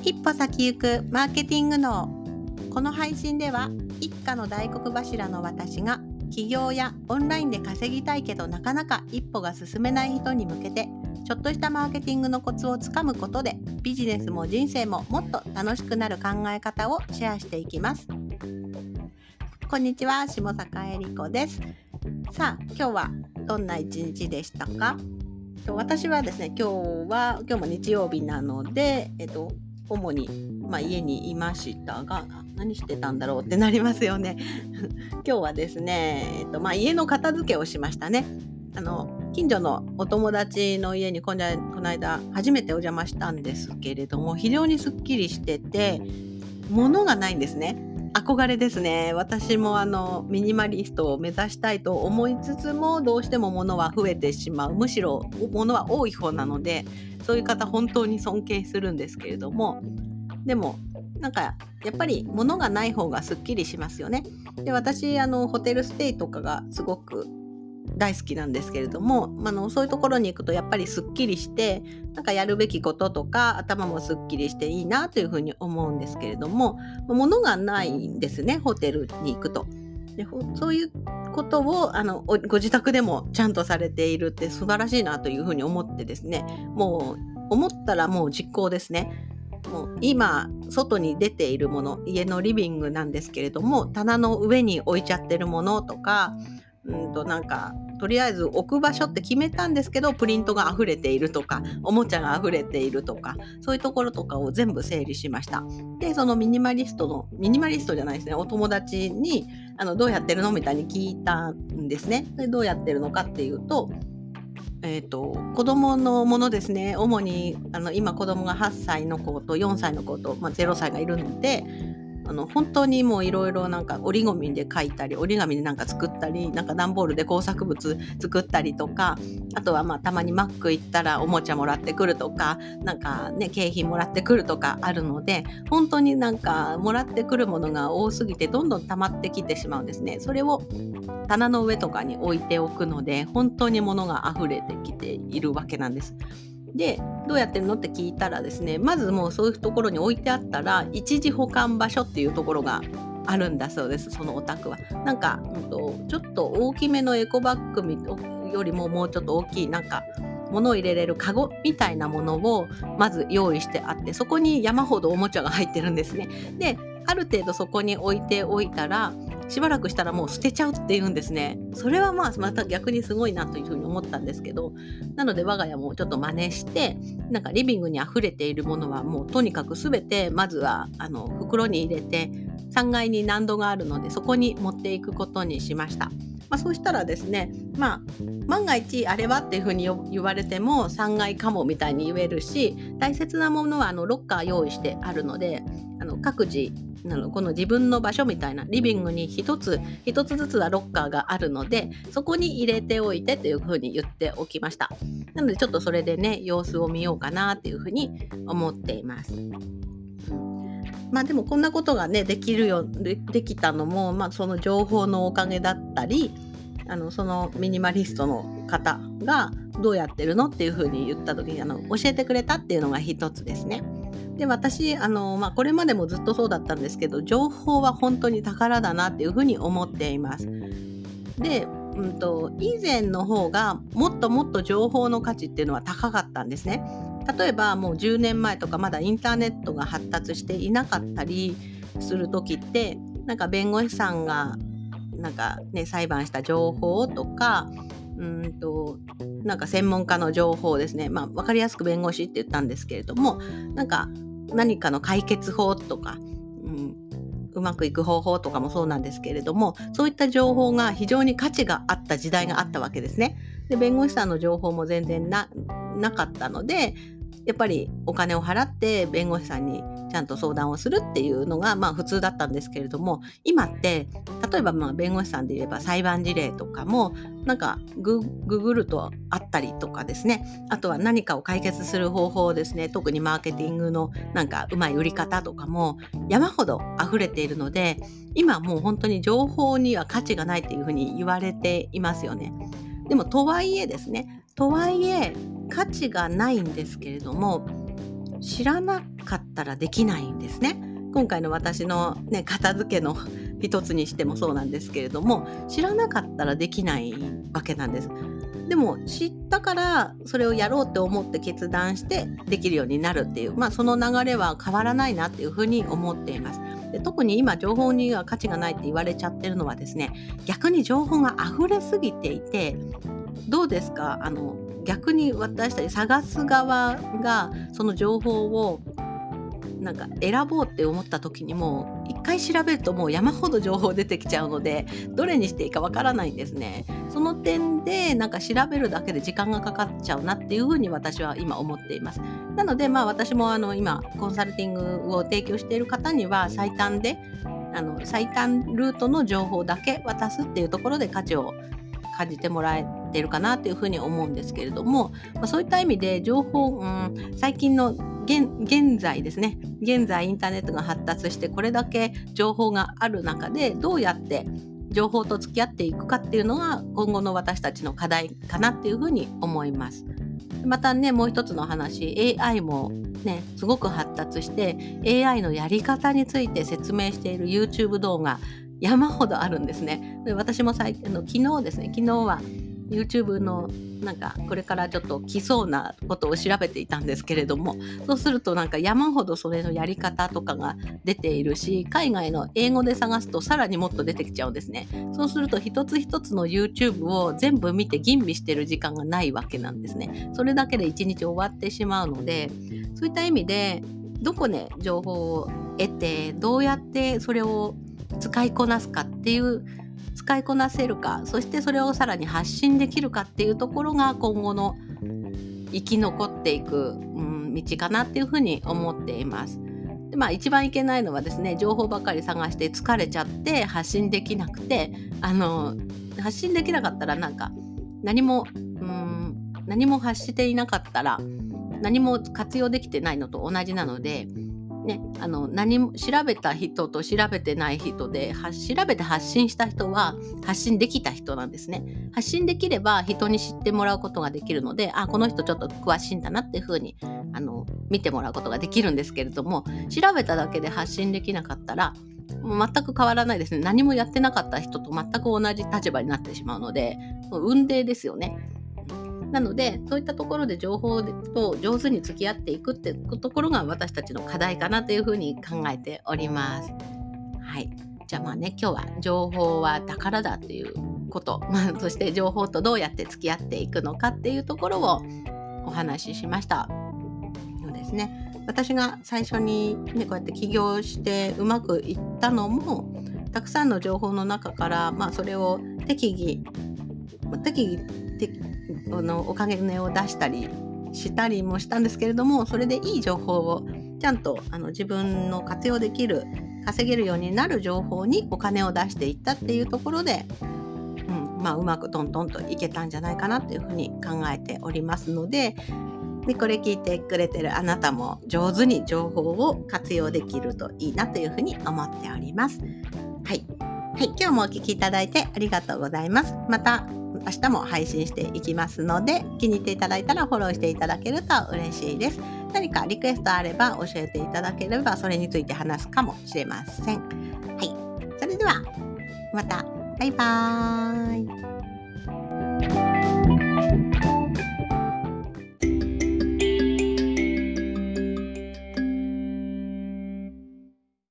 一歩先行くマーケティング脳。この配信では一家の大黒柱の私が起業やオンラインで稼ぎたいけどなかなか一歩が進めない人に向けて、ちょっとしたマーケティングのコツをつかむことでビジネスも人生ももっと楽しくなる考え方をシェアしていきます。こんにちは、下坂恵理子です。さあ、今日はどんな一日でしたか？私はですね、今日も日曜日なので、主に、家にいましたが、何してたんだろうってなりますよね。今日はですね、家の片付けをしましたね。近所のお友達の家にこの間初めてお邪魔したんですけれども、非常にすっきりしてて、物がないんですね。憧れですね。私もミニマリストを目指したいと思いつつも、どうしても物は増えてしまう。むしろ物は多い方なので、そういう方本当に尊敬するんですけれども、でもやっぱり物がない方がすっきりしますよね。で、私ホテルステイとかがすごく大好きなんですけれども、そういうところに行くとやっぱりすっきりして、やるべきこととか頭もすっきりしていいなというふうに思うんですけれども、物がないんですね、ホテルに行くと。で、そういうことをご自宅でもちゃんとされているって素晴らしいなというふうに思ってですね、もう思ったらもう実行ですね。もう今外に出ているもの、家のリビングなんですけれども、棚の上に置いちゃってるものとか、とりあえず置く場所って決めたんですけど、プリントが溢れているとか、おもちゃが溢れているとか、そういうところとかを全部整理しました。で、そのミニマリストじゃないですね、お友達にどうやってるのみたいに聞いたんですね。で、どうやってるのかっていうと、子供のものですね。主に今子供が8歳の子と4歳の子と、0歳がいるので、本当にもういろいろ折り紙で描いたり、折り紙で作ったり、段ボールで工作物作ったりとか、あとはたまにマック行ったらおもちゃもらってくるとか、景品もらってくるとかあるので、本当にもらってくるものが多すぎてどんどん溜まってきてしまうんですね。それを棚の上とかに置いておくので、本当に物が溢れてきているわけなんです。で、どうやってるのって聞いたらですね、まずもうそういうところに置いてあったら、一時保管場所っていうところがあるんだそうです、そのお宅は。ちょっと大きめのエコバッグよりももうちょっと大きい物を入れれるカゴみたいなものをまず用意してあって、そこに山ほどおもちゃが入ってるんですね。で、ある程度そこに置いておいたら、しばらくしたらもう捨てちゃうっていうんですね。それはまた逆にすごいなというふうに思ったんですけど、なので我が家もちょっと真似して、リビングに溢れているものはもうとにかく全てまずは袋に入れて、3階に納戸があるのでそこに持っていくことにしました。そうしたらですね、万が一あれはっていうふうに言われても3階かもみたいに言えるし、大切なものはロッカー用意してあるので、各自この自分の場所みたいなリビングに一つずつはロッカーがあるので、そこに入れておいてというふうに言っておきました。なのでちょっとそれでね、様子を見ようかなっていうふうに思っています。でもこんなことがねできたのも、その情報のおかげだったり、そのミニマリストの方がどうやってるのっていうふうに言った時に教えてくれたっていうのが一つですね。で、私これまでもずっとそうだったんですけど、情報は本当に宝だなっていうふうに思っています。で、以前の方がもっともっと情報の価値っていうのは高かったんですね。例えばもう10年前とかまだインターネットが発達していなかったりする時って、弁護士さんが裁判した情報とか、専門家の情報ですね。分かりやすく弁護士って言ったんですけれども、何かの解決法とか、うまくいく方法とかもそうなんですけれども、そういった情報が非常に価値があった時代があったわけですね。で、弁護士さんの情報も全然なかったので、やっぱりお金を払って弁護士さんにちゃんと相談をするっていうのが普通だったんですけれども、今って例えば弁護士さんで言えば裁判事例とかもググるとあったりとかですね、あとは何かを解決する方法ですね、特にマーケティングのうまい売り方とかも山ほど溢れているので、今もう本当に情報には価値がないっていうふうに言われていますよね。でもとはいえ価値がないんですけれども、知らなかっったらできないんですね。今回の私の、片付けの一つにしてもそうなんですけれども、知らなかったらできないわけなんです。でも知ったからそれをやろうって思って決断してできるようになるっていう、その流れは変わらないなっていうふうに思っています。で、特に今情報には価値がないって言われちゃってるのはですね、逆に情報が溢れすぎていて、どうですか？逆に私たち探す側がその情報を選ぼうって思った時にも一回調べるともう山ほど情報出てきちゃうので、どれにしていいかわからないんですね。その点で調べるだけで時間がかかっちゃうなっていうふうに私は今思っています。なので私も今コンサルティングを提供している方には最短で最短ルートの情報だけ渡すっていうところで価値を感じてもらえてるかなというふうに思うんですけれども、そういった意味で情報、最近の現在ですね、現在インターネットが発達してこれだけ情報がある中でどうやって情報と付き合っていくかっていうのが今後の私たちの課題かなっていうふうに思います。またね、もう一つの話、AI もねすごく発達して AI のやり方について説明している YouTube 動画山ほどあるんですね。で、私も昨日は YouTube のこれからちょっと来そうなことを調べていたんですけれども、そうすると山ほどそれのやり方とかが出ているし、海外の英語で探すとさらにもっと出てきちゃうんですね。そうすると一つ一つの YouTube を全部見て吟味してる時間がないわけなんですね。それだけで一日終わってしまうので、そういった意味でどこで情報を得てどうやってそれを使いこなすかっていう、使いこなせるか、そしてそれをさらに発信できるかっていうところが今後の生き残っていく、道かなっていうふうに思っています。で、一番いけないのはですね、情報ばかり探して疲れちゃって発信できなくて、発信できなかったら何も発していなかったら何も活用できてないのと同じなので、何も調べた人と調べてない人で、調べて発信した人は発信できた人なんですね。発信できれば人に知ってもらうことができるので、この人ちょっと詳しいんだなっていうふうに見てもらうことができるんですけれども、調べただけで発信できなかったらもう全く変わらないですね。何もやってなかった人と全く同じ立場になってしまうので、運命ですよね。なのでそういったところで情報と上手に付き合っていくってところが私たちの課題かなというふうに考えております。はい。じゃあ今日は情報は宝だっていうこと、そして情報とどうやって付き合っていくのかっていうところをお話ししました。そうですね。私が最初にこうやって起業してうまくいったのも、たくさんの情報の中から、それを適宜お金を出したりしたりもしたんですけれども、それでいい情報をちゃんと自分の活用できる、稼げるようになる情報にお金を出していったっていうところで、うまくトントンといけたんじゃないかなというふうに考えておりますので、これ聞いてくれてるあなたも上手に情報を活用できるといいなというふうに思っております。はい、今日もお聞きいただいてありがとうございます。また明日も配信していきますので、気に入っていただいたらフォローしていただけると嬉しいです。何かリクエストあれば教えていただければ、それについて話すかもしれません。それではまた。バイバーイ。